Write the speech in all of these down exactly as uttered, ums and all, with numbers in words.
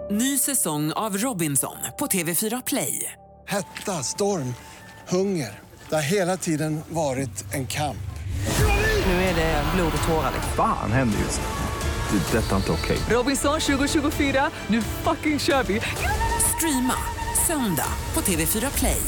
Ny säsong av Robinson på T V fyra Play. Hetta, storm, hunger. Det har hela tiden varit en kamp. Nu är det blod och tårar. Fan händer just det. Det är detta inte okej. Robinson tjugo tjugofyra, nu fucking kör vi. Streama söndag på T V fyra Play.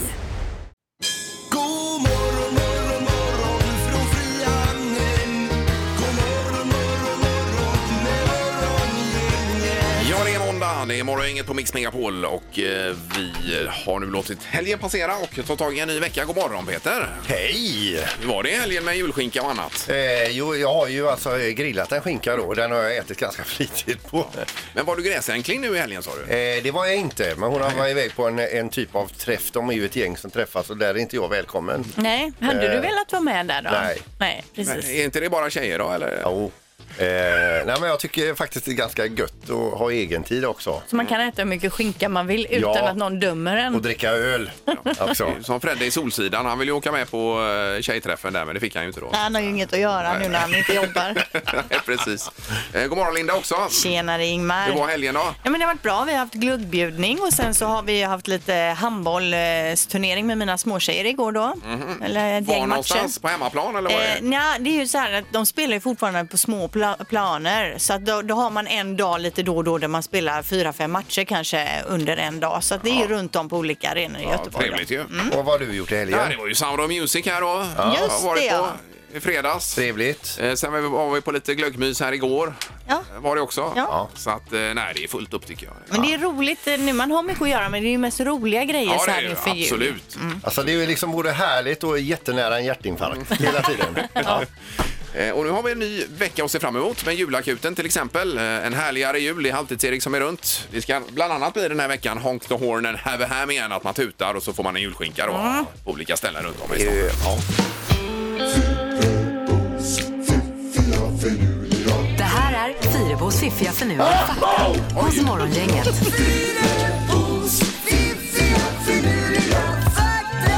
God morgon, morgon, morgon från Frihamnen. God morgon, morgon, morgon med morgongänget. Ja, det är måndag. Det är morgongänget på Mix Megapol och eh, vi har nu låtit helgen passera och ta tag i en ny vecka. God morgon, Peter. Hej! Hur var det i helgen med julskinka och annat? Eh, jo, jag har ju alltså grillat en skinka då. Den har jag ätit ganska flitigt på. Men var du gräsänkling nu i helgen, sa du? Eh, det var jag inte, men hon har varit iväg på en, en typ av träff. De är ju ett gäng som träffas och där är inte jag välkommen. Nej, hade Eh, du velat vara med där då? nej. Nej, precis. Men är inte det bara tjejer då, eller? Jo. Eh, nej, men jag tycker faktiskt det är ganska gött att ha egen tid också. Så man kan äta hur mycket skinka man vill utan Ja. att någon dömer en. Och dricka öl. Också. Som Fredde i Solsidan, han ville ju åka med på eh, tjejträffen där, men det fick han ju inte då. Han har ju inget att göra nu när han inte jobbar. Nej, precis. Eh, god morgon, Linda också. Tjenare Ingmar. Hur var helgen då? Ja, men det har varit bra. Vi har haft gluggbjudning och sen så har vi haft lite handbollsturnering med mina småtjejer igår då. Mm-hmm. Eller ett Var gäng matcher. någonstans? På hemmaplan eller vad är Eh, det? nja, det är ju så här att de spelar ju fortfarande på små pla- planer. Så att då, då har man en dag lite då och då där man spelar fyra, fem matcher kanske under en dag. Så att det är ju runt om på olika arenor i Ja, Göteborg. trevligt då. ju. Och vad har du gjort i helgen? Ja, det var ju Sound of Music här då. Just Jag har varit det, ja. på i fredags. Trevligt. Eh, sen var vi, var vi på lite glöggmys här igår. Ja. Var det också? Ja. Så att, eh, nej, det är fullt upp tycker jag. Men det är roligt eh, nu. Man har mycket att göra, men det är ju mest roliga grejer Ja, så det här är nu det, för jul. absolut. Alltså det är ju liksom både härligt och jättenära en hjärtinfarkt hela tiden. Ja. Eh, och nu har vi en ny vecka att se fram emot med julakuten till exempel. Eh, en härligare jul, det är Halvtids-Erik som är runt. Det ska bland annat bli den här veckan Honk the Horn and Have a Ham igen, att man tutar och så får man en julskinka då, Mm. på olika ställen runt om i stan. Eh, ja. Det här är Fyrebos fiffiga förnuliga fakta hos Morgongänget. Fyrebos fiffiga finurliga fakta.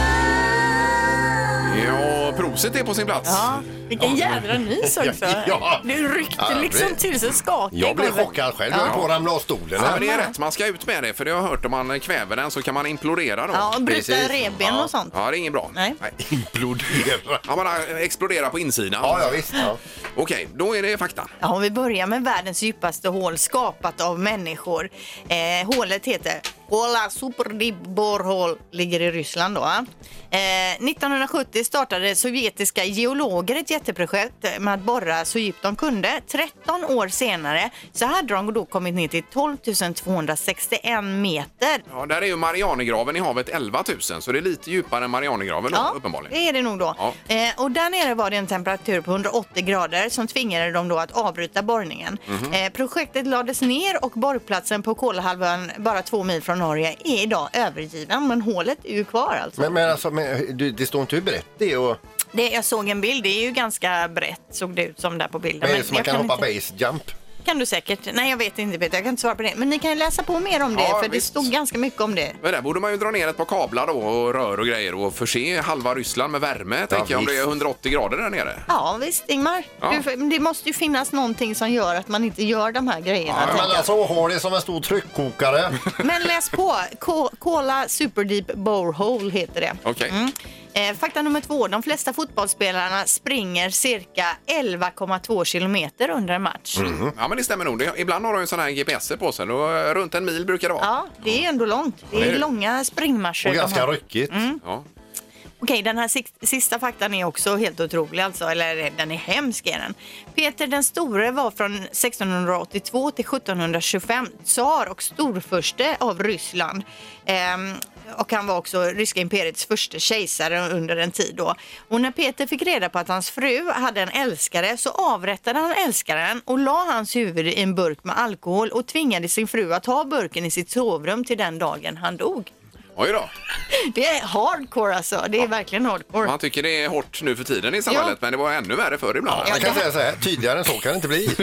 Ja, prosit är på sin plats. Ja, vilken jädra nys också. Ja. Du ryckte Ja, liksom det- till så skakade. Jag blev chockad själv. Jag höll på att ramla av stolen. Ja, men det är rätt, man ska ut med det, för det har jag hört, om man kväver den så kan man implodera då. Ja, och bryta Precis. revben och sånt. Ja, det är inget bra. Nej. Implodera. Ja, man exploderar på insidan. Ja, ja visst. Ja. Okej, då är det fakta. Ja, om vi börjar med världens djupaste hål skapat av människor. Eh, hålet heter Kola Superdeep Borehole, ligger i Ryssland då. Eh, nittonhundrasjuttio startade sovjetiska geologer ett jätteprojekt med att borra så djupt de kunde. tretton år senare så hade de då kommit ner till tolv tusen tvåhundrasextioen meter. Ja, där är ju Marianergraven i havet elva tusen, så det är lite djupare än Marianergraven då, Ja, uppenbarligen. det är det nog då. Ja. Eh, och där nere var det en temperatur på hundraåttio grader som tvingade dem då att avbryta borrningen. Mhm. Eh, projektet lades ner och borrplatsen på Kolahalvön, bara två mil från Norge, är idag övergiven. Men hålet är ju kvar alltså. Men, men alltså, men, du, det står inte hur brett det är och Det, jag såg en bild, det är ju ganska brett, såg det ut som där på bilden. men är det så man jag kan hoppa inte, base jump? kan du säkert. Nej, jag vet inte, Peter. Jag kan inte svara på det. Men ni kan ju läsa på mer om det, Ja, för visst. det stod ganska mycket om det. Men där borde man ju dra ner ett par kablar då och rör och grejer och förse halva Ryssland med värme, tänker jag, om det är visst. hundraåttio grader där nere. Ja, visst, Ingmar. Ja. Du, det måste ju finnas någonting som gör att man inte gör de här grejerna. Ja, tänker Men jag. alltså har det som en stor tryckkokare. Men läs på. Ko- Kola Superdeep Borehole heter det. Okej. Mm. Eh, fakta nummer två. De flesta fotbollsspelarna springer cirka elva komma två kilometer under en match. Mm. Ja, men det stämmer nog. Det, ibland har de ju sådana här G P S på sig. Då, runt en mil brukar det vara. Ja, det är ändå långt. Det det är är det. långa springmarscher. Och de ganska har. ryckigt. Ja. Okej, den här six- sista faktan är också helt otrolig, alltså, eller den är hemsk är den. Peter den store var från sextonhundraåttiotvå till sjuttonhundratjugofem tsar och storfurste av Ryssland. Ehm, och han var också ryska imperiets första kejsare under en tid då. Och när Peter fick reda på att hans fru hade en älskare så avrättade han älskaren och la hans huvud i en burk med alkohol och tvingade sin fru att ha burken i sitt sovrum till den dagen han dog. Oj då. Det är hardcore alltså, det är verkligen hardcore. Man tycker det är hårt nu för tiden i samhället, Ja. men det var ännu värre förr ibland. Man kan säga så här, tydligare än så kan det inte bli.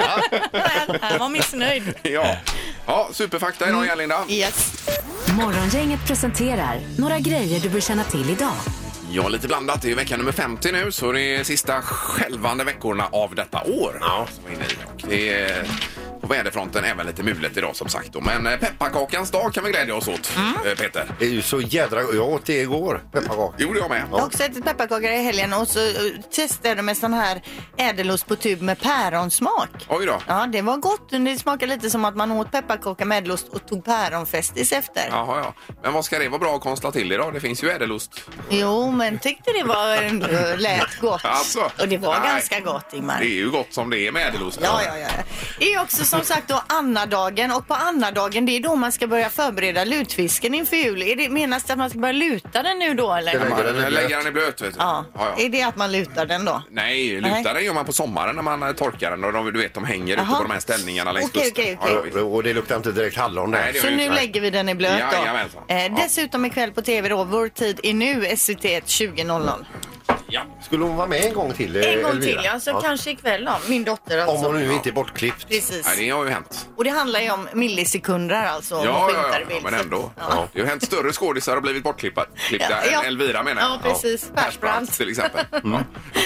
Han var missnöjd. Ja, ja superfakta idag igen, Linda. Yes. Morgongänget presenterar några grejer du bör känna till idag. Ja, lite blandat. Det är vecka nummer femtio nu, så det är sista skälvande veckorna av detta år. Ja. Som är inne i. Och det är på väderfronten även lite mulet idag som sagt. Då. Men eh, pepparkakans dag kan vi glädja oss åt, eh, Peter. Det är ju så jädra... Jag åt det igår, pepparkakor. Jo, det jag med. Jag har också ätit pepparkakor i helgen och så uh, testade jag med sån här ädelost på tub med päronsmak. Oj då. Ja, det var gott. Det smakar lite som att man åt pepparkaka med ädelost och tog päronfestis efter. Jaha, ja. Men vad ska det vara bra att konstla till idag? Det finns ju ädelost. Jo, men tyckte det var en, uh, lät gott. Alltså, och det var nej. ganska gott, Ingmar. Det är ju gott som det är med ädelost. Ja, ja, ja. Det är också som sagt då Annadagen och på Annadagen det är då man ska börja förbereda lutfisken inför jul. Är det, menas det att man ska börja luta den nu då eller? Det lägger den i blöt. Lägger den i blöt, vet du. Ja. Ja, ja. Är det att man lutar den då? Nej, lutar Nej. den gör man på sommaren när man eh, torkar den och de, du vet de hänger ute Jaha. på de här ställningarna längs Okej, kusten. okej, okej. Ja, ja, visst. Och det luktar inte direkt hallon där. Nej, det gör Så ju nu inte. lägger vi den i blöt då. Jajamensan. Eh, Ja. dessutom ikväll på tv då, vår tid är nu, S V T tjugo noll noll. Ja. Skulle hon vara med en gång till, En gång Elvira? till, ja. Så kanske ikväll då. Min dotter alltså. Om hon nu inte är bortklippt. Precis. Nej, det har ju hänt. Och det handlar ju om millisekunder alltså. om Ja, ja, skymtar ja, bild. men ändå. Ja. Ja. Det har hänt större skådisar och blivit bortklippta klippta Ja, ja. än Elvira menar jag. Ja, precis. Persbrandt. till exempel. Ja.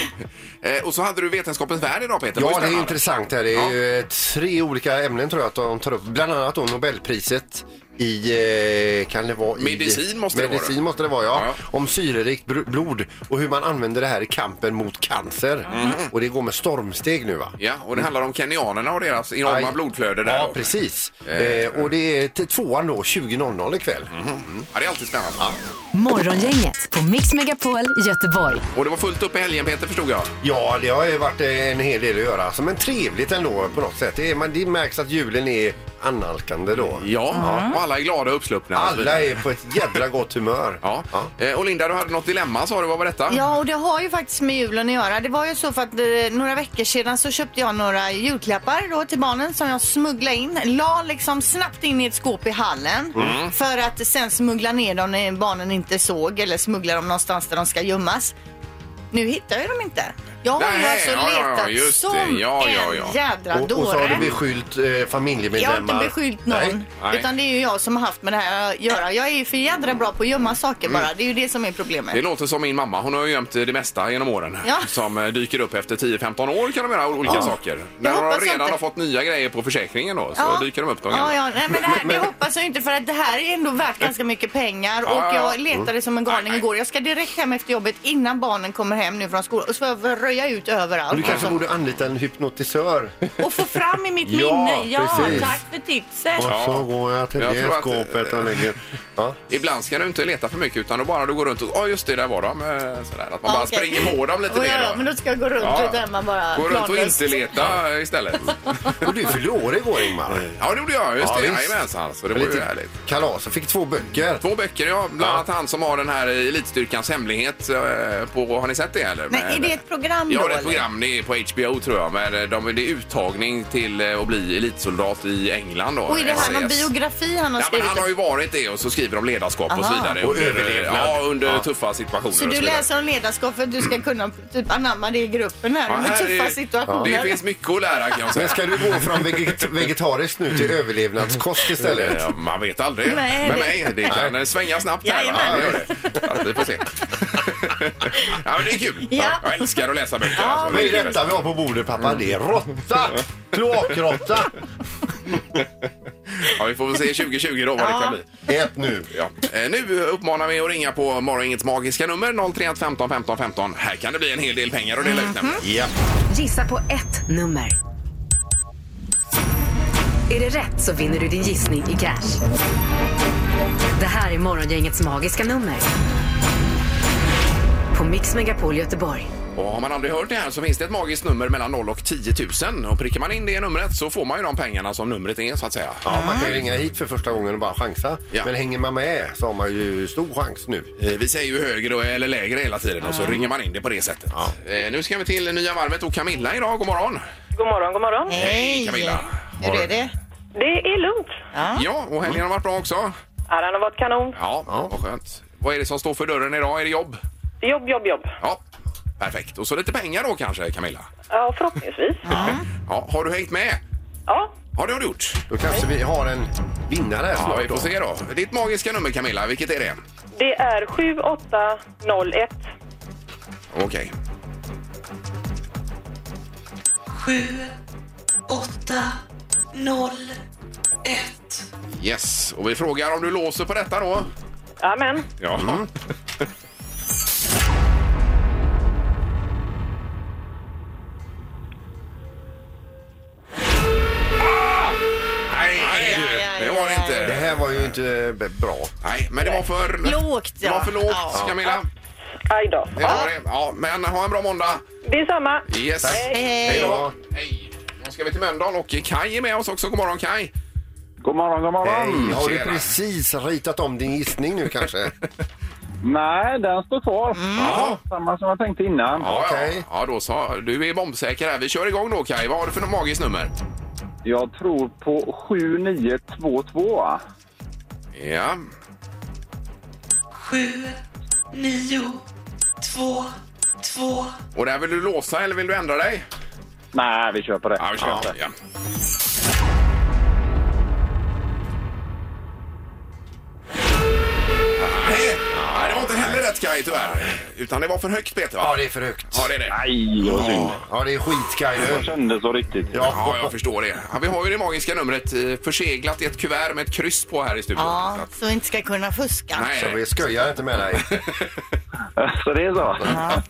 Eh, och så hade du Vetenskapens värld idag, Peter. var ju Ja, det är spännande. intressant här. Det är ju tre olika ämnen tror jag att de tar upp. Bland annat då Nobelpriset i, eh, kan det vara i... Medicin måste det vara. Medicin måste det vara, ja. Ja, Om syrerikt br- blod och hur man använder det här i kampen mot cancer. Och det går med stormsteg nu va? Ja, och det handlar om kenyanerna och deras enorma Aj. blodflöde där. Ja, precis. Eh, och det är till tvåan då, tjugo noll noll ikväll. Ja, det är alltid spännande. Morgongänget på Mix Megapol Göteborg. Och det var fullt upp i helgen, Peter, förstod jag. Ja, det har ju varit en hel del att göra. Alltså, men trevligt ändå på något sätt. Det, är, man, det märks att julen är annalkande då. Ja, och alla är glada och uppsluppna. och så vidare. Alla är på ett jädra gott humör. Ja. Eh, och Linda, du hade något dilemma, sa du. Vad var detta? Ja, och det har ju faktiskt med julen att göra. Det var ju så för att eh, några veckor sedan så köpte jag några julklappar då till barnen som jag smugglade in. La liksom snabbt in i ett skåp i hallen Mm. för att sen smuggla ner dem när barnen inte såg eller smuggla dem någonstans där de ska gömmas. Nu hittar jag dem inte. Jag har ju Nej, alltså ja, ja, letat just det. som Ja, ja, ja. en jädra Och, och så har du dåre. beskyllt eh, Jag har familjemedlemmar. inte beskyllt någon, Nej. Nej. utan det är ju jag som har haft med det här att göra. Jag är ju för jädra bra på att gömma saker bara. Det är ju det som är problemet. Det låter som min mamma. Hon har ju gömt det mesta genom åren. Ja. Som eh, dyker upp efter tio femton år kan de göra olika saker. När de hoppas redan inte. har fått nya grejer på försäkringen då, så Ja. dyker de upp de Ja, gamla. ja. Nej, men det, här, det hoppas jag inte för att det här är ändå värt ganska mycket pengar Ja, och ja, ja. jag letade som en galning Nej, nej. igår. Jag ska direkt hem efter jobbet innan barnen kommer hem nu från skolan och så får jag röja ut överallt Du kanske och, borde anlita en hypnotisör. och få fram i mitt Ja, minne. Ja, precis. tack för tipset. Och så går jag till Jag det tror att, skåpet och lägger... Ja. Ibland ska du inte leta för mycket utan då bara du går runt och ja just det, där var de. eh, Sådär. Att man bara Okej. springer på dem lite Ja, mer. ja, då. men då ska jag gå runt Ja. ut hemma bara Gå runt och planlöst. inte leta istället. Och du fyllde år igår, Ingmar. Ja, det gjorde jag. Just Ja, det. visst. Jajamensan. Så det var ju Lite härligt. kalas. Jag fick två böcker. Två böcker, ja. Bland Ja. annat han som har den här Elitstyrkans hemlighet eh, på, har ni sett det eller? Men är det ett program Ja, då, det är ett eller? program. Det är på H B O tror jag. Men de, det är uttagning till eh, att bli elitsoldat i England då. Och är det här någon S A S. biografi han har Ja, men skrivit? han har ju varit det och så skriver de ledarskap och så Aha. vidare. Och under, överlevnad. Ja, under Ja. tuffa situationer Så och du så vidare. läser om ledarskap för att du ska kunna typ anamma det i gruppen här Ja, med här tuffa är- situationer? Det finns mycket att lära kan jag säga. Men ska du gå från veget vegetariskt nu till överlevnadskost istället? Ja, man vet aldrig. Nej, Med det- mig, det kan eh, svänga snabbt här. va? Jajamän. Det gör det. Ja, vi får se. Ja, men det är kul. Ja. Jag älskar att läsa böcker. alltså. Vad är Det är detta vi har på bordet, pappa? Det är råtta! Kloakråtta! Ja, vi får väl se tjugo tjugo då vad det kan bli. Ät nu. Ja. Eh, nu uppmanar vi att ringa på Morgongängets magiska nummer noll tre ett femton femton femton. Här kan det bli en hel del pengar att dela ut nämligen. Ja. Gissa på ett nummer. Är det rätt så vinner du din gissning i cash. Det här är Morgongängets magiska nummer. På Mix Megapol Göteborg. Och har man aldrig hört det här så finns det ett magiskt nummer mellan noll och tio tusen. Och prickar man in det numret så får man ju de pengarna som numret är så att säga. Ja, man kan ju ringa hit för första gången och bara chansa. Ja. Men hänger man med så har man ju stor chans nu. Eh, Vi säger ju högre och- eller lägre hela tiden och så ringer man in det på det sättet. Eh, Nu ska vi till nya varvet och Camilla idag. God morgon! God morgon, god morgon. Hej! Camilla. Hur är det? Det är lugnt. Ja, och helgen har varit bra också. Ja, den har varit kanon. Ja, vad skönt. Vad är det som står för dörren idag? Är det jobb? Jobb, jobb, jobb. Ja, perfekt. Och så lite pengar då kanske, Camilla. Ja, förhoppningsvis. Ja, har du hängt med? Ja, Ja, det har du gjort. Då kanske vi har en vinnare här Ja, snart. vi får då. se då. Ditt magiska nummer, Camilla, vilket är det? det är sju åtta noll ett. Okej. Sju, åtta, noll ett. Yes, och vi frågar om du låser på detta då. Amen. Ja. Mm. Nej, det var det inte. Det här var ju inte bra. Nej, men det var för Lågt, Det var ja. för lågt, Ja. Camilla. Aj då. Det var det. Ja, men ha en bra måndag. Det är samma. Yes. Hej, hej. Hej då. Hej. Nu ska vi till Mölndal och Kaj är med oss också. God morgon, Kaj. God morgon, god morgon. Hej, har du Tjena. precis ritat om din gissning nu kanske? Nej, den står kvar. Ja. Samma som jag tänkte innan. Ja, Okej. ja. ja, då så. Du är bombsäker här. Vi kör igång då, Kaj. Vad har du för något magiskt nummer? Jag tror på sju nio två två. Ja. sju nio två två. Och där vill du låsa eller vill du ändra dig? Nej, vi kör på det. Ja, vi kör. Ja. Ja. Nej, nej, det var inte heller rätt, Kaj, tyvärr. Utan det var för högt, Peter, va? Ja, det är för högt. Ja, det är det. Nej, vad synd. Ja, det är skitskaj Det nu. kändes så riktigt. Ja, jag förstår det. Ja, vi har ju det magiska numret eh, förseglat i ett kuvert med ett kryss på här i studion. Ja, Så att- så vi inte ska kunna fuska. Nej, Så vi skojar inte med dig. Så det är så.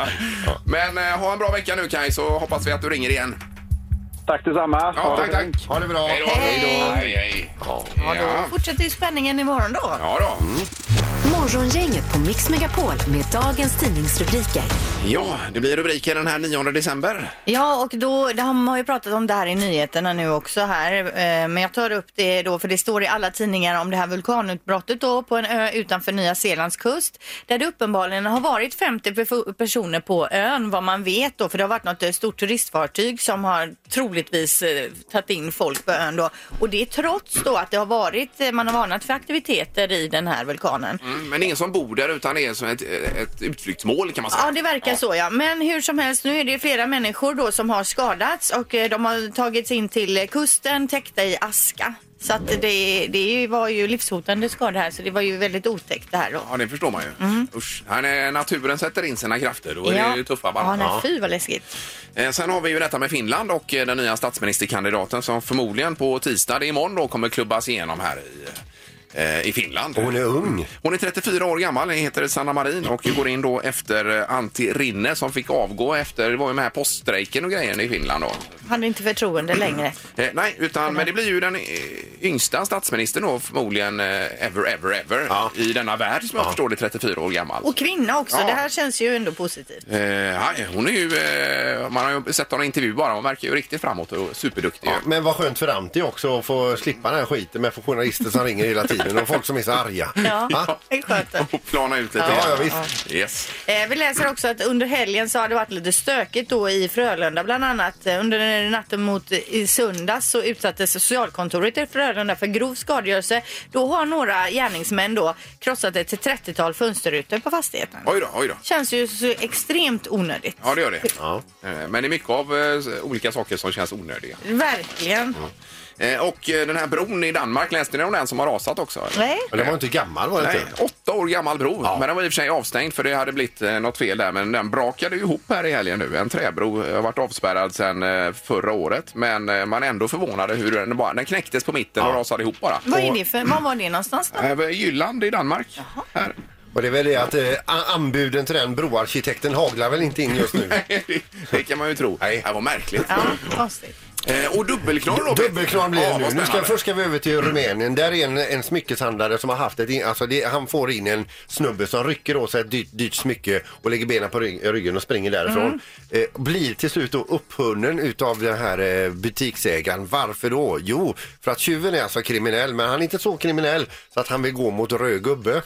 Men eh, ha en bra vecka nu, Kaj, så hoppas vi att du ringer igen. Tack detsamma. Ja, tack, tack. Ha det bra. Hej då. Hej. Hej, hej. Ja, då fortsätter ju spänningen imorgon då. Ja då. Morgongänget på Mix Megapol med dagens tidningsrubriker. Ja, det blir rubriker den här nionde december. Ja, och då, de har ju pratat om det här i nyheterna nu också här. Eh, Men jag tar upp det då, för det står i alla tidningar om det här vulkanutbrottet då på en ö utanför Nya Zeelands kust. Där det uppenbarligen har varit femtio perf- personer på ön, vad man vet då. För det har varit något eh, stort turistfartyg som har troligtvis eh, tagit in folk på ön då. Och det är trots då att det har varit, eh, man har varnat för aktiviteter i den här vulkanen. Mm, men ingen som bor där, utan det är som ett, ett utflyktsmål, kan man säga. Ja, det verkar så, ja. Men hur som helst, nu är det flera människor då som har skadats och eh, de har tagits in till kusten täckta i aska. Så att det, det var ju livshotande skador här, så det var ju väldigt otäckt det här då. Ja, det förstår man ju. Mm. Usch. Här när naturen sätter in sina krafter, då är Ja. det ju tuffa Ja, band. nej, fy vad läskigt. Eh, Sen har vi ju detta med Finland och eh, den nya statsministerkandidaten som förmodligen på tisdag, det är imorgon då, kommer klubbas igenom här i, eh, i Finland. Hon är ung. Hon är trettiofyra år gammal, hon heter Sanna Marin och går in då efter eh, Antti Rinne som fick avgå efter, det var ju med här poststrejken och grejen i Finland då. Hade inte förtroende längre. Eh, nej, utan, men det blir ju den eh, yngsta statsministern då förmodligen eh, ever, ever, ever Ja. i denna värld som jag förstår det, trettiofyra år gammal. Och kvinna också, Ja. det här känns ju ändå positivt. Eh, ja, hon är ju, eh, man har ju sett honom i intervju bara, hon verkar ju riktigt framåt och superduktig. Ja, ju. men vad skönt för Antti också att få slippa den här skiten med för journalister som ringer hela tiden och folk som är så arga. Ja, Va? det är skönt det. Och plana ut lite. Ja, ja, grann. visst. Yes. Eh, vi läser också att under helgen så har det varit lite stökigt då i Frölunda. Bland annat eh, under natten mot eh, i söndags så utsattes socialkontoret i Frölunda för grov skadegörelse. Då har några gärningsmän då krossat ett trettiotal fönsterrutor på fastigheten. Oj då, oj då. Känns ju så extremt onödigt. Ja, det gör det. Ja. Eh, Men det är mycket av eh, olika saker som känns onödiga. Verkligen. Eh, Och eh, den här bron i Danmark, läste ni om den som har rasat också? Nej. Men den var inte gammal, var det Nej, inte? åtta år gammal bro. Ja. Men den var i och för sig avstängd för det hade blivit eh, något fel där. Men den brakade ju ihop här i helgen nu. En träbro har varit avspärrad sedan eh, förra året. Men eh, man är ändå förvånade hur den bara, den knäcktes på mitten och rasade ihop bara. Vad är det för, var var det någonstans då? Äh, Jylland i Danmark. Här. Och det är väl det att eh, anbuden till den broarkitekten haglar väl inte in just nu. det, det kan man ju tro. Nej. Det var märkligt. Ja, konstigt. Eh, och dubbelknorr då? Dubbelknorr blir det Ja, nu. vad Nu ska, spännande. först ska vi över till Rumänien. Där är en, en smyckeshandlare som har haft ett... In, alltså det, han får in en snubbe som rycker åt sig ett dyrt, dyrt smycke och lägger benen på rygg, ryggen och springer därifrån. Eh, blir till slut då upphunnen utav den här eh, butiksägaren. Varför då? Jo, för att tjuven är alltså kriminell, men han är inte så kriminell så att han vill gå mot röd gubbe.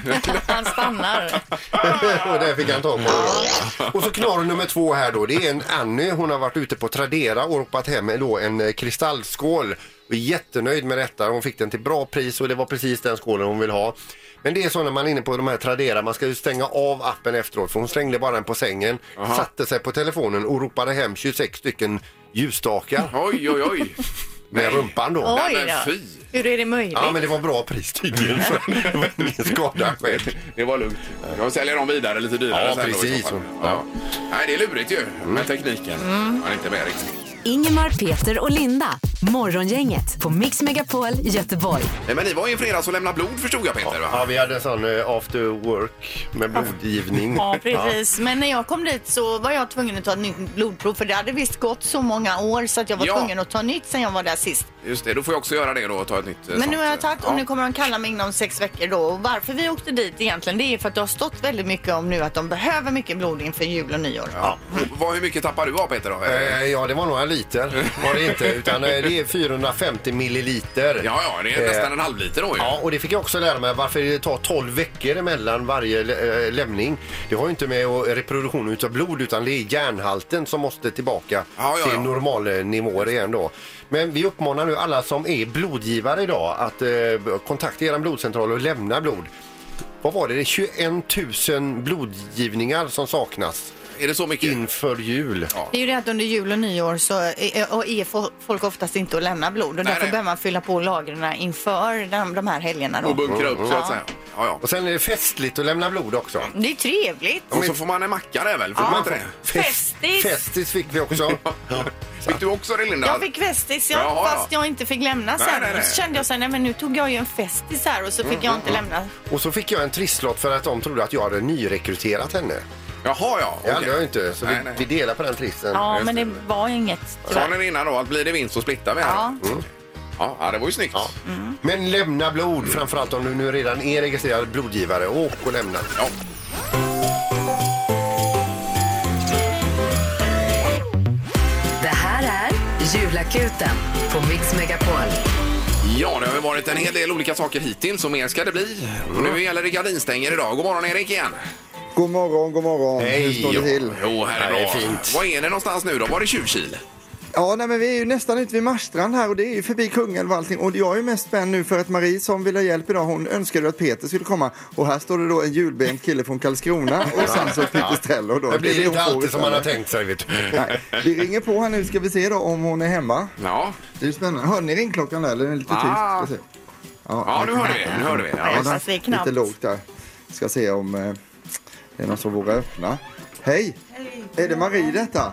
Han stannar. Och där fick han ta på det. Och så knorr nummer två här då. Det är en Annie. Hon har varit ute på Tradera och ropat hem då en eh, kristallskål. Och är jättenöjd med detta. Hon fick den till bra pris och det var precis den skålen hon vill ha. Men det är så när man är inne på de här Tradera, man ska ju stänga av appen efteråt, för hon slängde bara den på sängen, Aha. satte sig på telefonen och ropade hem tjugosex stycken ljusstakar Oj, oj, oj. med rumpan då. Oj Nej, men då. fy. Hur är det möjligt? Ja, men det var bra pris tydligen, så det var ingen skada skedd. Det var lugnt. Jag säljer dem vidare lite dyrare. Ja, sen då i så precis. fall. Ja. Ja. Nej, det är lurigt ju med tekniken. Man är inte med riktigt. Ingemar, Peter och Linda. Morgongänget på Mix Megapol Göteborg. Men ni var ju i fredags och lämnade blod förstod jag Peter va? Ja, vi hade en sån uh, after work med blodgivning. Ja, precis. Men när jag kom dit så var jag tvungen att ta ett nytt blodprov för det hade visst gått så många år så att jag var Ja. tvungen att ta nytt sen jag var där sist. Just det, då får jag också göra det då och ta ett nytt. Men sånt. nu har jag tagit och Ja. nu kommer de kalla mig inom sex veckor då. Och varför vi åkte dit egentligen det är för att det har stått väldigt mycket om nu att de behöver mycket blod inför jul och nyår. Ja. Och vad, hur mycket tappar du av Peter då? Eh, ja, det var några liter. Var det inte, utan eh, det är fyrahundrafemtio milliliter. Ja, ja, det är Eh, nästan en halv liter då ju. Ja, och det fick jag också lära mig varför det tar tolv veckor emellan varje lä- äh, lämning. Det har ju inte med att reproduktion utav blod utan det är järnhalten som måste tillbaka Ja, ja, till ja. normalnivåer igen då. Men vi uppmanar nu alla som är blodgivare idag att eh, kontakta er blodcentral och lämna blod. Vad var det? Det är tjugoett tusen blodgivningar som saknas. Är det så mycket? Inför jul. Ja. Det är ju det att under jul och nyår så är, och är folk oftast inte att lämna blod och Nej, därför nej. behöver man fylla på lagren inför de, de här helgerna då. Och bunkra upp så Ja. att säga. Ja, ja. Och sen är det festligt att lämna blod också. Det är trevligt. Och så får man en macka där väl? Får man inte det? Festis. Festis fick vi också. Fick du också det Linda? Jag fick festis, ja, Jaha, ja. fast jag inte fick lämna sen. Nej, nej, nej. Så kände jag så här, nej men nu tog jag ju en festis här och så fick jag inte lämna. Och så fick jag en trisslott för att de trodde att jag hade nyrekryterat henne. Jaha, ja. Ja, okej. det har jag inte. Så Nej, vi, nej. vi delar på den trissen. Ja, Just men det. det var inget. Sa ni innan då att blir det vinst så splittar vi här Ja. då? Mm. Ja, ja, det var ju snyggt. Ja. Men lämna blod, framförallt om du nu redan är registrerad blodgivare. Åk och lämna. Ja. Det här är Julakuten på Mix Megapol. Ja, det har ju varit en hel del olika saker hittills och mer ska det bli. Och nu gäller det gardinstänger idag. God morgon Erik igen. God morgon, god morgon. Hej, Hur står det till? Jo, här är Här bra. är fint. Var är ni någonstans nu då? Var det Tjuvkil? Ja, nej, men vi är ju nästan ute vid Marstrand här och det är ju förbi Kungälv och allting. Och jag är mest spänd nu för att Marie som vill ha hjälp idag, hon önskade att Peter skulle komma. Och här står det då en julbent kille från Karlskrona och sen så Pipistrello då. Det blir är inte hon får alltid som man har istället. tänkt sig. Vet du. Nej, vi ringer på här nu, ska vi se då om hon är hemma. Ja. Det är ju spännande. Hör ni ringklockan där eller är den lite tyst? Ah. Ska se. Ja, nu hör vi. Nu hör vi. Ja, Ja, den- fast det är knappt. lite lågt där. Ska se om eh, det är någon som vågar öppna. Hej! Är det Marie detta?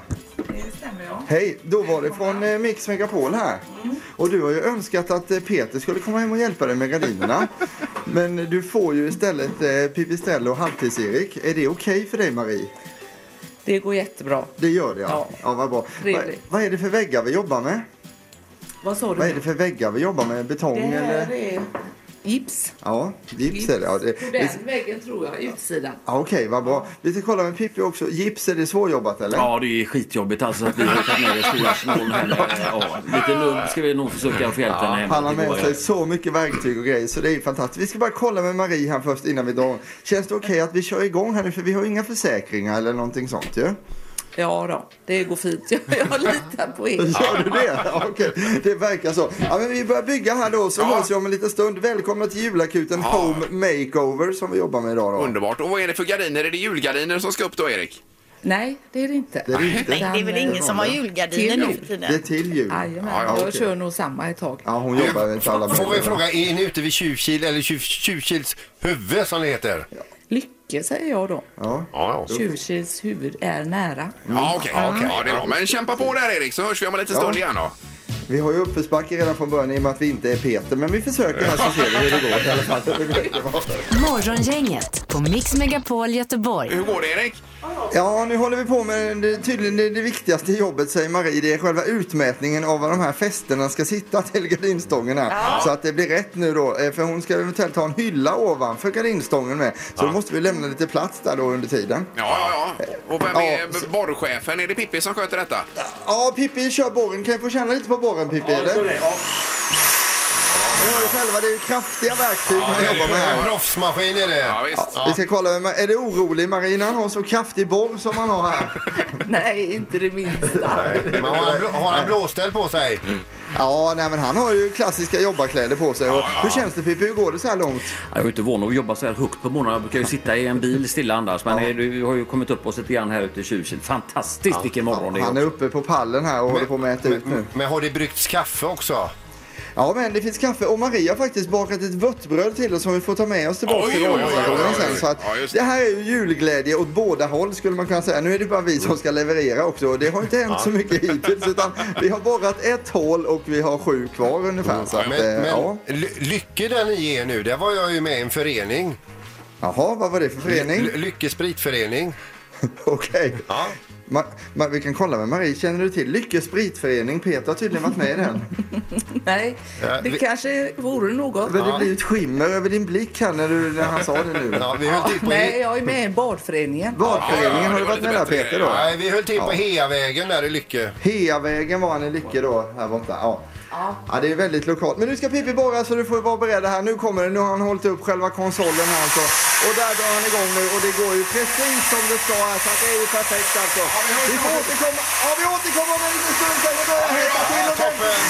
Hej, då var det från eh, Mix Megapol här. Och du har ju önskat att eh, Peter skulle komma hem och hjälpa dig med gardinerna. Men du får ju istället eh, Pipistrello och Halvtids-Erik. Är det okej för dig Marie? Det går jättebra. Det gör det ja. Ja. Ja, vad bra. Va, Trevligt. vad är det för väggar vi jobbar med? Vad sa du? Vad är det för väggar vi jobbar med? Betong Det här eller? är gips. Ja, gips är det. Ja, det, På det den väggen tror jag, utsidan. ja, okej, vad bra. Vi ska kolla med Pippi också. Gips, är det svårjobbat eller? Ja, det är skitjobbigt alltså att vi har tagit med det stora arsenalen här. Ja, lite lugnt ska vi nog försöka få hjälp henne hemma. Han har Det med går sig ju. så mycket verktyg och grejer så det är ju fantastiskt. Vi ska bara kolla med Marie här först innan vi drar. Känns det okej att vi kör igång här nu för vi har ju inga försäkringar eller någonting sånt ju? Ja då, det går fint. Jag, jag litar på er. Gör du det? Ja, okej, det verkar så. Ja, men vi börjar bygga här då så Ja. hörs vi om en liten stund. Välkomna till julakuten Ja. Home Makeover som vi jobbar med idag då. Underbart. Och vad är det för gardiner? Är det julgardiner som ska upp då Erik? Nej, det är det inte. Det är det inte. Nej, det är väl ingen som har julgardiner nu för Det tiden. är till jul. Jajamän, Ja, ja, jag okej. kör nog samma ett tag. Ja, hon jobbar inte alla Får vi med. fråga, är ni ute vid Tjuvkil eller Tjuv, Tjuvkils huvud som det heter? Lycke säger jag då. Ja. Ja, ja. Tjuvkils huvud är nära. Ja, okej. Ja, det är bra. Men kämpa på där Erik så hörs vi om en liten Ja. stund igen då. Vi har ju uppförsbacke redan från början i och med att vi inte är Peter. Men vi försöker här så ser vi hur det går i alla fall. Morgongänget på Mix Megapol Göteborg. Hur går det Erik? Ja, nu håller vi på med det, tydligen det, det viktigaste jobbet, säger Marie. Det är själva utmätningen av var de här festerna ska sitta till gardinstången här. Ja. Så att det blir rätt nu då. Eh, För hon ska eventuellt ha en hylla ovanför gardinstången med. Så då måste vi lämna lite plats där då under tiden. Ja, ja, ja. Och vem Ja, är så- borrchefen? Är det Pippi som sköter detta? Ja, Pippi kör borren. Kan jag få känna lite på borren, Pippi? eller? Ni hör ju själva, det är ju kraftiga verktyg man jobbar med här. Proffsmaskin är det. Ja, visst. Vi ska kolla, är det orolig Marina? Han har så kraftig borr som man har här. Nej, inte det minsta. Men har han, blå- har han blåställ på sig? Ja, nej, men han har ju klassiska jobbarkläder på sig. Och hur känns det Pippi? Hur går det så här långt? Jag är ju inte van att jobba så här högt på morgonen. Jag brukar ju sitta i en bil stilla annars. Men Ja. du har ju kommit upp oss lite grann här ute i Tjuvkil. Fantastiskt vilken morgon det är. Han är uppe på pallen här och håller på att mäta ut nu. Men har det bryggts kaffe också? Ja, men det finns kaffe och Maria har faktiskt bakat ett vörtbröd till oss som vi får ta med oss tillbaka till radiostationen sen. Så att Ja, just det det. här är ju julglädje åt båda håll skulle man kunna säga. Nu är det bara vi som ska leverera också och det har inte hänt så mycket hittills utan vi har borrat ett hål och vi har sju kvar ungefär. Så att, Men, eh, men ja. Ly- Lycke där ni är nu, där var jag ju med i en förening. Jaha, vad var det för förening? L- Lycke spritförening. Okej. Ja. Ma- ma- vi kan kolla med Marie. Känner du till Lycke spritförening? Peter har tydligen varit med i den. Nej, Ja, det vi- kanske vore något. Men det blir ett skimmer över din blick här när, du, när han sa det nu. Ja, vi höll till på Nej, jag är med i badföreningen. Badföreningen, Ja, har det du var varit lite med där bättre Peter då? Nej, vi höll till på Ja. Heavägen där i Lycke. Heavägen var han i Lycke då, här borta. Ja. Ja, det är väldigt lokalt. Men nu ska Pippi borra så du får vara beredd här. Nu kommer det. Nu har han hållit upp själva konsolen här alltså. Och där drar han igång nu och det går ju precis som det ska här. Så att det är ju perfekt alltså. Vi får återkomma. Ja, vi återkommer om en liten stund sen. Det börjar heta till och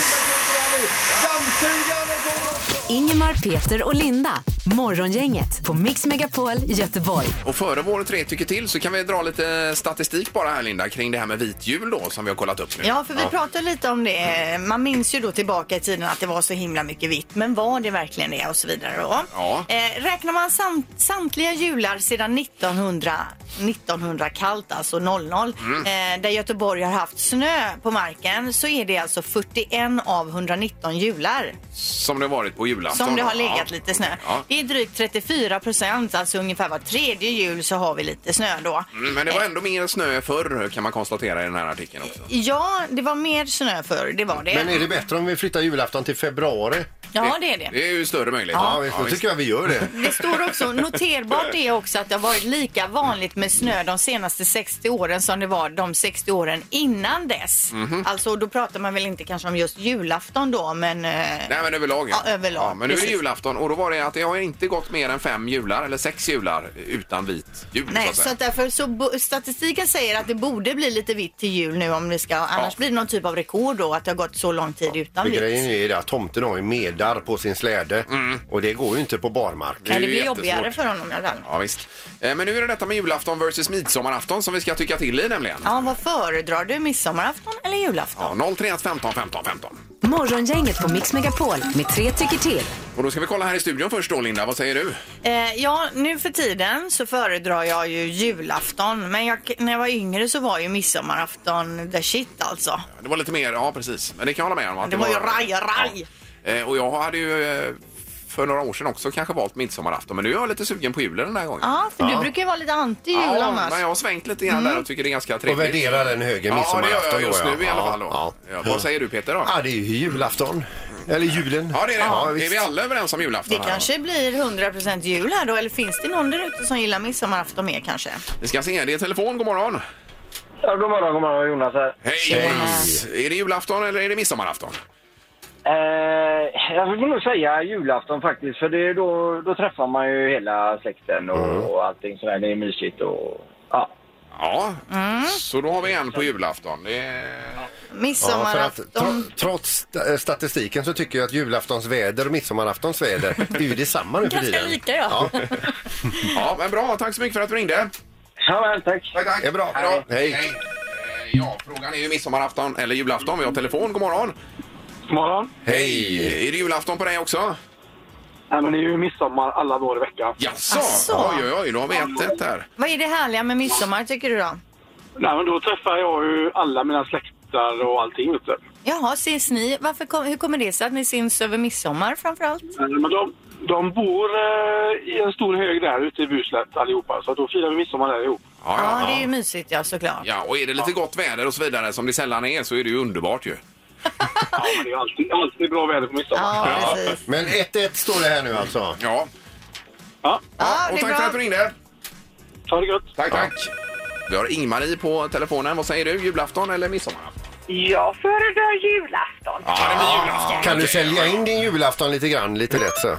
den. Dammsugaren är på. Ingemar, Peter och Linda. Morgongänget på Mix Megapol Göteborg. Och före vår tre tycker till så kan vi dra lite statistik bara här Linda kring det här med vit jul då som vi har kollat upp nu. Ja, för vi pratade lite om det. Man minns ju då tillbaka i tiden att det var så himla mycket vitt. Men var det verkligen det och så vidare då? Ja. Eh, räknar man samt, samtliga jular sedan nittonhundra, nittonhundra kallt, alltså noll noll, Mm. eh, där Göteborg har haft snö på marken så är det alltså fyrtioen av hundranitton jular Som det har varit på julafton. som det har legat Ja. lite snö. Ja. Det är drygt trettiofyra procent, alltså ungefär var tredje jul så har vi lite snö då. Mm, men det var ändå mer snö förr kan man konstatera i den här artikeln också. Ja, det var mer snö förr, det var det. Men är det bättre om vi flyttar julafton till februari? Ja, det är det. Det är ju större möjlighet. Ja, visst, då tycker jag vi gör det. Det står också, noterbart är också att det har varit lika vanligt med snö de senaste sextio åren som det var de sextio åren innan dess. Mhm. Alltså då pratar man väl inte kanske om just julafton då, men... eh, Nej, men överlag. Ja, överlag. Ja, men nu är det Precis. julafton och då var det att det har inte gått mer än fem jular eller sex jular utan vit jul. Nej, att så säga. att därför så bo- statistiken säger att det borde bli lite vitt till jul nu om det ska, annars blir det någon typ av rekord då att det har gått så lång tid utan För vitt. grejen är det att tomten har ju medar på sin släde och det går ju inte på barmark. Nej, det ju blir jättesvårt. jobbigare för honom i alla fall. Ja, visst. Eh, Men nu är det detta med julafton versus midsommarafton som vi ska tycka till i nämligen. Ja, vad föredrar du? Midsommarafton eller julafton? Ja, noll tre ett femton femton femton. Morgongänget på Mix Megapol med tre tycker till. Och då ska vi kolla här i studion först då, Linda. Vad säger du? Eh, ja, nu för tiden så föredrar jag ju julafton. Men jag, när jag var yngre så var ju midsommarafton the shit alltså. Det var lite mer, ja precis. Men det kan jag hålla med om. Att Det var ju raj, raj. Ja. Eh, Och jag hade ju eh, för några år sedan också kanske valt midsommarafton. Men nu är jag lite sugen på julen den här gången. Ja, för du brukar ju vara lite anti-jul Ja, annars. men jag har svängt lite grann där och tycker det är ganska trevligt. Och värderar den högre Ja, det midsommarafton gör jag just då, nu i alla ja. fall då. Ja. Ja, vad säger du Peter då? Ja, det är ju julafton. Eller julen. Ja, det är det. Ja, är visst. vi alla överens om julafton? Det här, kanske blir hundra procent jul här då. Eller finns det någon där ute som gillar midsommarafton mer kanske? då? Vi ska se, det är telefon. God morgon. Ja, god morgon, god morgon, Jonas här. Hej Jonas. Är det julafton eller är det midsommarafton? Eh, jag vill nog säga julafton faktiskt, för det är då, då träffar man ju hela släkten och, och allting sådär. Det är mysigt och ja. Ja, så då har vi en på julafton. Det är... Ja, för att, Midsommarafton. tro, trots st- statistiken så tycker jag att julaftons väder och midsommaraftons väder är ju detsamma nu för Ganska tiden. lika, ja. Ja, men bra. Tack så mycket för att du ringde. Ja, väl, tack. Tack, tack. Det är bra. Hej. Hej. Hej. Eh, Ja, frågan är ju midsommarafton eller julafton. Vi har telefon. God morgon. God morgon. Hej. Är det julafton på dig också? Nej, men det är ju midsommar alla dagar i veckan. Jaså? Asså. Oj, oj, oj. Då har vi ett ett här. Vad är det härliga med midsommar tycker du då? Nej, men då träffar jag ju alla mina släktar och allting, vet du. Jaha, ses ni? Varför kom, hur kommer det sig att ni syns över midsommar framförallt? Nej, men de, de bor eh, i en stor hög där ute i Buslätt allihopa, så då firar vi midsommar där ihop. Ja, Ja, ja, det är ju ja. mysigt, ja såklart. Ja, och är det lite gott väder och så vidare som det sällan är så är det ju underbart ju. Ja, men det är alltid, alltid bra väder på midsommar. Ja, precis. Men ett ett står det här nu alltså. Ja. Ja, Ja, Och det är tack bra. för att du ringde. ta det gott. Tack, tack. Vi har Ingmarie på telefonen. Vad säger du? Julafton eller midsommarafton? Jag föredrar julafton. Ja, det blir julafton. Kan du Okej, sälja ja. in din julafton lite grann, lite lätt så?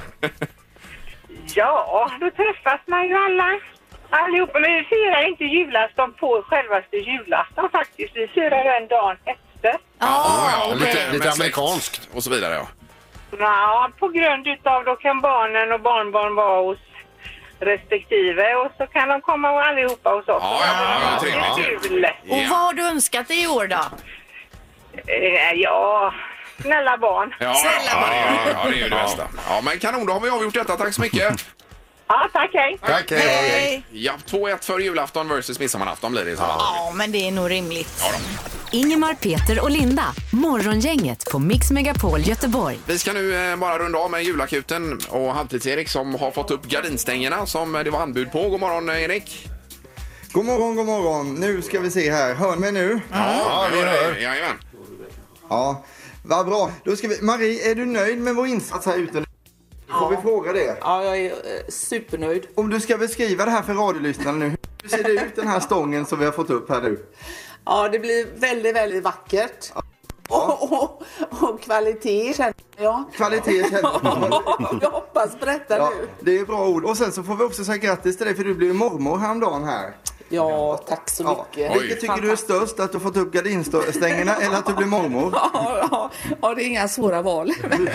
Ja, då träffas man ju alla. Allihopa, men vi firar inte julafton på självaste julafton faktiskt. Vi firar den dagen efter. Ja, Ja, okej. Lite, med lite släkt amerikanskt. och så vidare, ja. Ja, på grund utav då kan barnen och barnbarn vara hos respektive och så kan de komma och allihopa hos oss. Ja, ja, ja, trevligt. Det är kul. Och vad har du önskat dig i år då? Eh, ja, Snälla barn. Ja, ja, det är, ja, det är ju det bästa. Ja, men kanon, då har vi avgjort detta. Tack så mycket. Ja, tack, hej. Tack, hej, hej. Ja, två ett för julafton versus midsommarafton blir det i så fall. Ja, men det är nog rimligt. Ja, då. Ingemar, Peter och Linda. Morgongänget på Mix Megapol Göteborg. Vi ska nu eh, bara runda av med julakuten och Halvtids-Erik som har fått upp gardinstängerna som det var anbud på. God morgon, Erik. God morgon, god morgon. Nu ska vi se här. Hör mig nu? Ja, vi hör. Jajamän. Ja, vad bra. Då ska vi... Marie, är du nöjd med vår insats här ute? Får vi fråga det? Ja, jag är eh, supernöjd. Om du ska beskriva det här för radiolyssnarna nu. Hur ser det ut, den här stången som vi har fått upp här nu? Ja, det blir väldigt, väldigt vackert. Ja. Och, och, och kvalitet känner jag. Kvalitet känner jag. Jag hoppas på detta Ja, nu. det är bra ord. Och sen så får vi också säga grattis till dig för du blev mormor häromdagen här. Ja, tack så mycket. Ja. Vilket tycker du är störst? Att du fått upp gardinstängerna eller att du blir mormor? Ja, ja, ja, det är inga svåra val.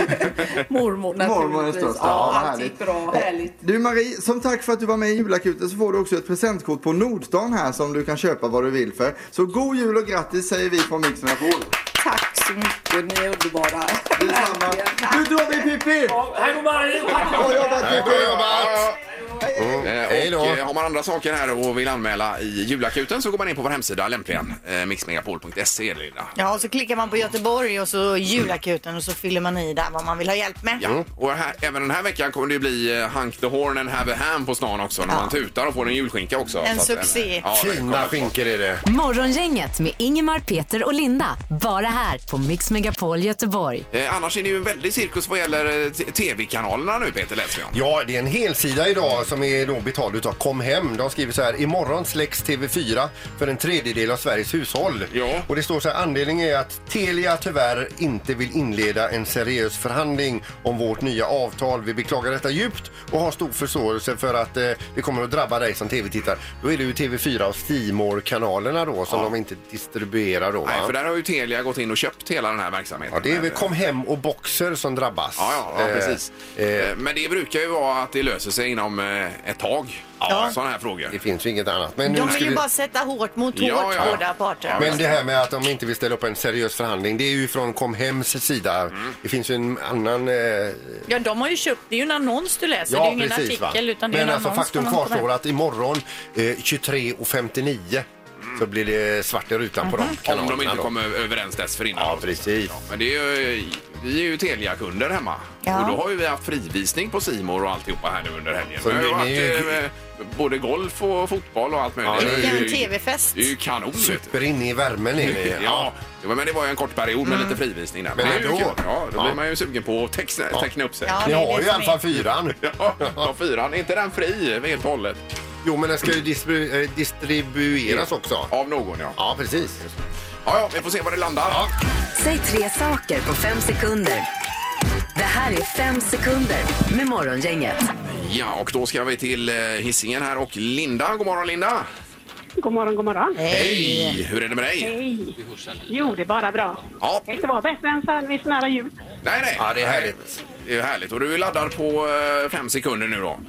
Mormor naturligtvis. Mormor är störst. Ja, Ja, allt gick bra. Härligt. Du Marie, som tack för att du var med i julakuten så får du också ett presentkort på Nordstan här som du kan köpa vad du vill för. Så god jul och grattis säger vi från Mix Megapol. Tack så mycket, ni är underbara. Detsamma. Nu drar vi Pippi! Ja, hej då Marie! Bra jobbat Pippi! Bra jobbat! Mm. Hej då. Och eh, har man andra saker här och vill anmäla i julakuten så går man in på vår hemsida lämpligen eh, mixmegapol punkt se. Ja, och så klickar man på Göteborg och så julakuten och så fyller man i där vad man vill ha hjälp med. Ja, och här, även den här veckan kommer det bli eh, Hank the Horn and Have a Ham på stan också när Ja. man tutar och får en julskinka också. En Så att, succé. eh, ja, det Fina kommer- skinkor är det. Morgongänget med Ingemar, Peter och Linda. Bara här på Mix Megapol Göteborg. Eh, annars är det ju en väldig cirkus vad gäller eh, t- tv-kanalerna nu, Peter, läser jag. Ja, det är en hel sida idag som är då betald utav Kom Hem. De skriver så här: imorgon släcks T V fyra för en tredjedel av Sveriges hushåll. Ja. Och det står så här: anledningen är att Telia tyvärr inte vill inleda en seriös förhandling om vårt nya avtal. Vi beklagar detta djupt och har stor förståelse för att eh, det kommer att drabba dig som tv-tittar. Då är det ju T V fyra och C More-kanalerna då som Ja. de inte distribuerar då. Nej, va? för där har ju Telia gått in och köpt hela den här verksamheten. Ja, det är väl Men, Kom Hem och Boxer som drabbas. Ja, ja, ja Eh, precis. eh, Men det brukar ju vara att det löser sig inom eh, ett tag. Ja. Sådana här frågor. Det finns ju inget annat. Men De nu vill ska ju vi... bara sätta hårt mot hårt, Ja, ja. båda parter. Men det här med att de inte vill ställa upp en seriös förhandling, det är ju från Kom Hems sida. Mm. Det finns ju en annan... Eh... Ja, de har ju köpt, det är ju en annons du läser, Ja, det är ju ingen precis, artikel va? utan det är Men en alltså annons. faktum som de kommer kvarstår med. att imorgon eh, tjugotre och femtionio så blir det svart i rutan på de kanalerna. Om de inte då. kommer överens dessförinnan. Ja, precis. Men det är ju, vi är ju Telia-kunder hemma. Ja. Och då har ju vi haft frivisning på C More och alltihopa här nu under helgen. Så Det har ju ni- varit ni är ju- eh, både golf och fotboll och allt möjligt. Ja, det är En ju- tv-fest. Det är ju kanon. vet du. Super in i värmen är ni. Ja, det var- men det var ju en kort period med lite frivisning där. Men det är ju ändå. kul. Ja, då Ja. blir man ju sugen på att teckna, teckna upp sig. Ja, Ni det är har det ju i som alla är- fall fyran. Ja, ja, fyran. Är inte den fri helt och hållet? Jo, men den ska ju distribu- eh, distribueras också. Av någon, ja. Ja, precis. Ja, ja, vi får se var det landar. Säg tre saker på fem sekunder. Det här är fem sekunder med Morgongänget. Ja, och då ska vi till eh, Hisingen här och Linda. God morgon, Linda. God morgon, god morgon. Hej! Hur är det med dig? Hej. Jo, det är bara bra. Ja. Det ska vara bättre än service nära jul. Nej, nej. Ja, det är härligt. Det är härligt. Och du är laddad på eh, fem sekunder nu då?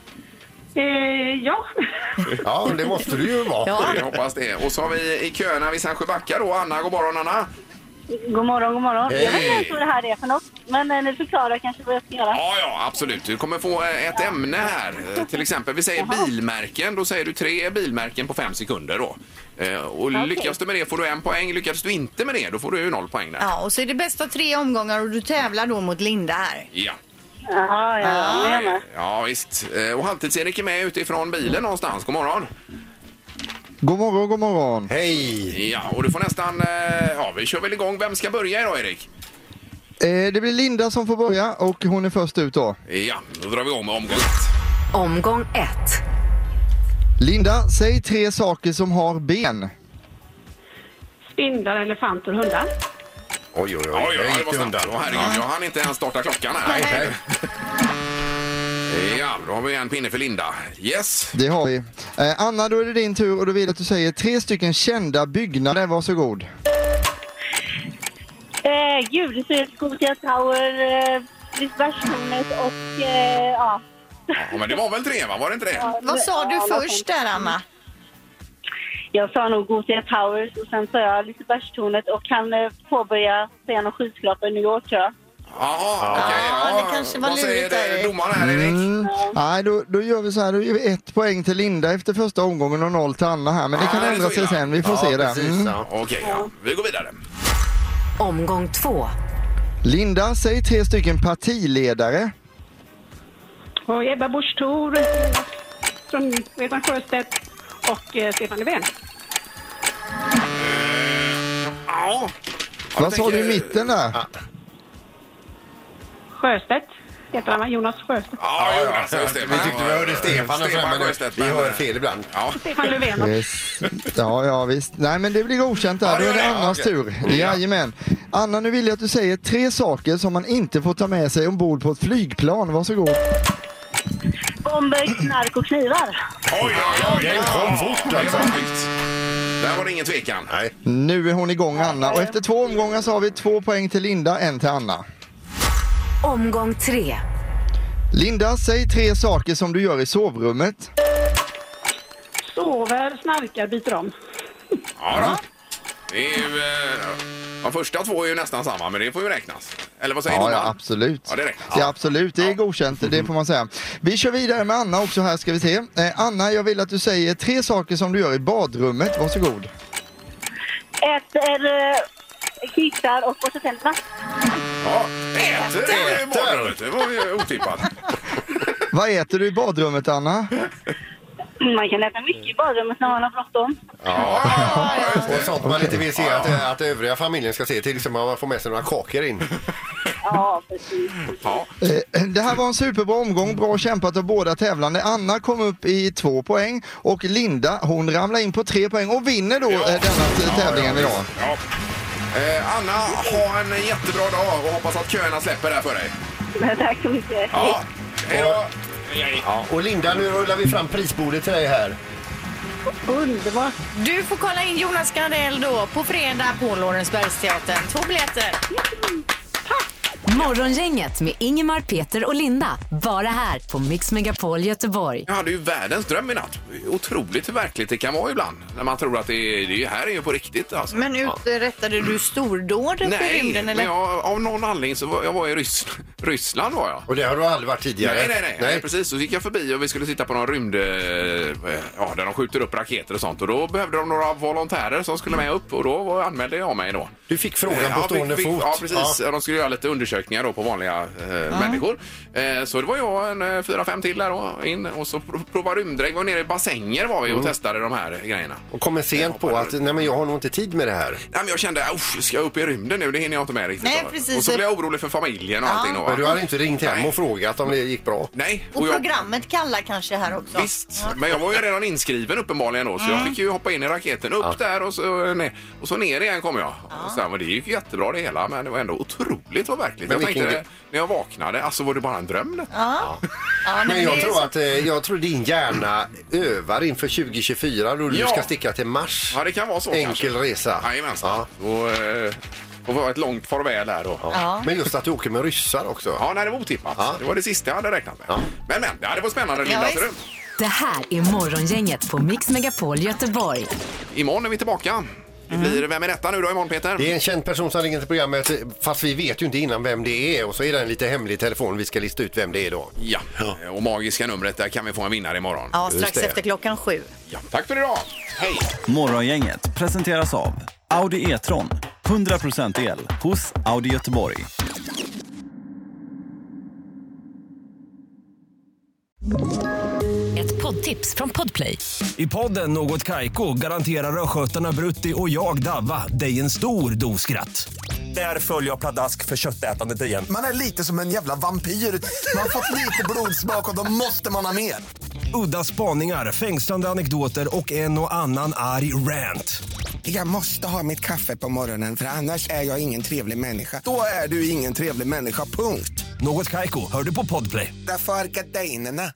Eh, ja. Ja, det måste du ju vara. Ja. Jag hoppas det. Och så har vi i köerna vid Sandsjöbacka då. Anna, god morgon Anna. God morgon, god morgon. Hej. Jag vet inte ens vad det här är för något. Men eh, ni förklarar kanske vad jag ska göra. Ja, ja, absolut. Du kommer få eh, ett ämne här. Eh, Till exempel, vi säger bilmärken. Då säger du tre bilmärken på fem sekunder då. Eh, Och lyckas du med det får du en poäng. Lyckas du inte med det, då får du ju noll poäng där. Ja, och så är det bästa tre omgångar och du tävlar då mot Linda här. Ja. Jaha, ja, jag med. Ja, visst. Eh, Och Halvtids-Erik är med utifrån bilen någonstans. God morgon. God morgon, god morgon. Hej! Ja, och du får nästan... eh, Ja, vi kör väl igång. Vem ska börja idag, Erik? Eh, det blir Linda som får börja och hon är först ut då. Ja, då drar vi igång med omgång ett. Omgång ett. Linda, säg tre saker som har ben. Spindlar, elefanter och hundar. Oj, oj, oj. Oj, oj, Jag det gick var undan. snabbt. Åh, herregud, jag hann inte ens starta klockan här. Nej. Ja, då har vi en pinne för Linda. Yes. Det har vi. Eh, Anna, då är det din tur och då vill jag att du säger tre stycken kända byggnader. Varsågod. Eh, Gud, Scotia Tower, eh, Lisebergstornet och eh, ja. Ja, men det var väl tre, va? Var det inte det? Vad sa du Ja, först där, Anna? Jag sa nog Gothia Towers och sen sa jag Lisebergstornet och kan eh, påbörja säga någon skyskrapa i New York, tror jag. Jaha, okej. Okay, Ja, ja. det kanske var Vad säger lurigt där. det, domaren här, Erik? Mm. Nej, då, då gör vi så här. Då ger vi ett poäng till Linda efter första omgången och noll till Anna här. Men det Ja, kan det är ändra så sig illa. sen. Vi får Ja, se det. precis, Mm. ja. Okej, ja. Vi går vidare. Omgång två. Linda, säg tre stycken partiledare. Och Ebba Busch Thor, Stefan Sjöstedt och eh, Stefan Löfven. Ja. Vad sa du i mitten där? Sjöstedt heter han, va? Jonas Sjöstedt. Ja, Jonas, just det. Vi tyckte vi hörde Stefan, Stefan men Sjöstedt, vi men- hör fel ibland. Ja. Stefan Löfven. Yes. Ja, ja visst. Nej, men det blir godkänt där. Ja, Då det är det gör det. Annas Okej. tur. Jajamän. Anna, nu vill jag att du säger tre saker som man inte får ta med sig ombord på ett flygplan. Varsågod. Bomber, knark och knivar. Oj, oj, oj. Den kom fort, alltså. Där var det ingen tvekan. Nej. Nu är hon igång, Anna. Och efter två omgångar så har vi två poäng till Linda, en till Anna. Omgång tre. Linda, säg tre saker som du gör i sovrummet. Sover, snarkar, byter om. Ja, då. Det är ju... eh, De första två är ju nästan samma, men det får ju räknas. Eller vad säger Ja, domaren? ja, absolut. Ja, det räknas. Ja, absolut. Det är godkänt, det får man säga. Vi kör vidare med Anna också här, ska vi se. Eh, Anna, jag vill att du säger tre saker som du gör i badrummet. Varsågod. Äter, eh, kissar och borstar tänderna. Ja, äter, äter. i badrummet. Det var ju otippat. Vad äter du i badrummet, Anna? Man kan äta mycket i badrummet när man har bråttom. Ja, Och sånt man inte vill se att, att övriga familjen ska se. Till exempel att man får med sig några kakor in. Ja, precis. ja. Eh, Det här var en superbra omgång, bra kämpat av båda tävlande. Anna kom upp i två poäng och Linda, hon ramlar in på tre poäng och vinner då Ja. eh, denna Ja, tävlingen ja, idag. Ja. Eh, Anna, ha en jättebra dag och hoppas att köerna släpper där för dig. Tack så mycket. Ja, hej då. Ja. Och Linda, nu rullar vi fram prisbordet till dig här. Underbart. Du får kolla in Jonas Gardell då på fredag på Lorensbergsteatern. Två biljetter. Morgongänget med Ingemar, Peter och Linda. Bara här på Mix Megapol Göteborg. Jag hade ju världens dröm i natt. Otroligt hur verkligt det kan vara ibland. När man tror att det, är, det här är ju på riktigt. Alltså. Men uträttade du stordåd uppe i rymden? Nej, Eller? men jag, av någon anledning så var jag var i Ryss, Ryssland var jag. Och det har du aldrig varit tidigare? Nej, nej, nej, nej. Precis. Så gick jag förbi och vi skulle sitta på någon rymd... eh, Ja, där de skjuter upp raketer och sånt. Och då behövde de några volontärer som skulle med upp. Och då var- anmälde jag mig då. Du fick frågan Eh, på ja, stående fick, fick, fot. Ja, precis. De skulle göra lite undersökningar då på vanliga eh, människor. Eh, så det var jag en eh, fyra, fem till där då, in. Och så prov- prova rymddräkt. Var nere i bassänger var vi och Mm. testade de här grejerna. Och kommer sent på att nej, men jag har nog inte tid med det här. Nej, men jag kände, usch, ska jag upp i rymden nu? Det hinner jag inte med riktigt. Nej, då. precis. Och så blev jag orolig för familjen och allting då. va? Men du har inte ringt hem Nej. och frågat om det gick bra? Nej. Och jag, programmet kallar kanske här också. visst, men jag var ju redan inskriven uppenbarligen då. Så jag fick ju hoppa in i raketen, upp där och så ner. Och så ner igen kom jag. Och så här, men det gick ju jättebra det hela, men det var ändå otroligt vad verkligt. Men Jag vilken tänkte, gre- när jag vaknade, alltså var det bara en dröm det? Ja. Ja, Men det jag är tror så- att eh, jag tror din hjärna övar inför tjugo tjugofyra då du Ja. ska sticka till Mars. Ja, det kan vara så Enkel kanske. resa. Jajamensan. Och, eh, och var ett långt farväl där då. Ja. Ja. Men just att du åker med ryssar också. Ja, nej, det var otippat. Ja. Det var det sista jag hade räknat med. Ja. Men, men, det hade varit spännande, Linda. Ja, ser du? Det här är Morgongänget på Mix Megapol Göteborg. Imorgon är vi tillbaka. Det blir, vem är detta nu då imorgon, Peter? Det är en känd person som ringer till programmet, fast vi vet ju inte innan vem det är. Och så är det en lite hemlig telefon, vi ska lista ut vem det är då. Ja, och magiska numret, där kan vi få en vinnare imorgon. Ja, strax Just det. efter klockan sju. Ja, tack för idag. Hej! Morgongänget presenteras av Audi E-tron. hundra procent el hos Audi Göteborg. Ett poddtips från Podplay. I podden Något Kaiko garanterar östgötarna Brutti och jag Davva dig en stor dos skratt. Där följer jag pladask för köttätandet igen. Man är lite som en jävla vampyr. Man har fått lite blodsmak och då måste man ha mer. Udda spaningar, fängslande anekdoter och en och annan arg rant. Jag måste ha mitt kaffe på morgonen för annars är jag ingen trevlig människa. Då är du ingen trevlig människa, punkt. Något Kaiko, hör du på Podplay. Därför är gardinerna.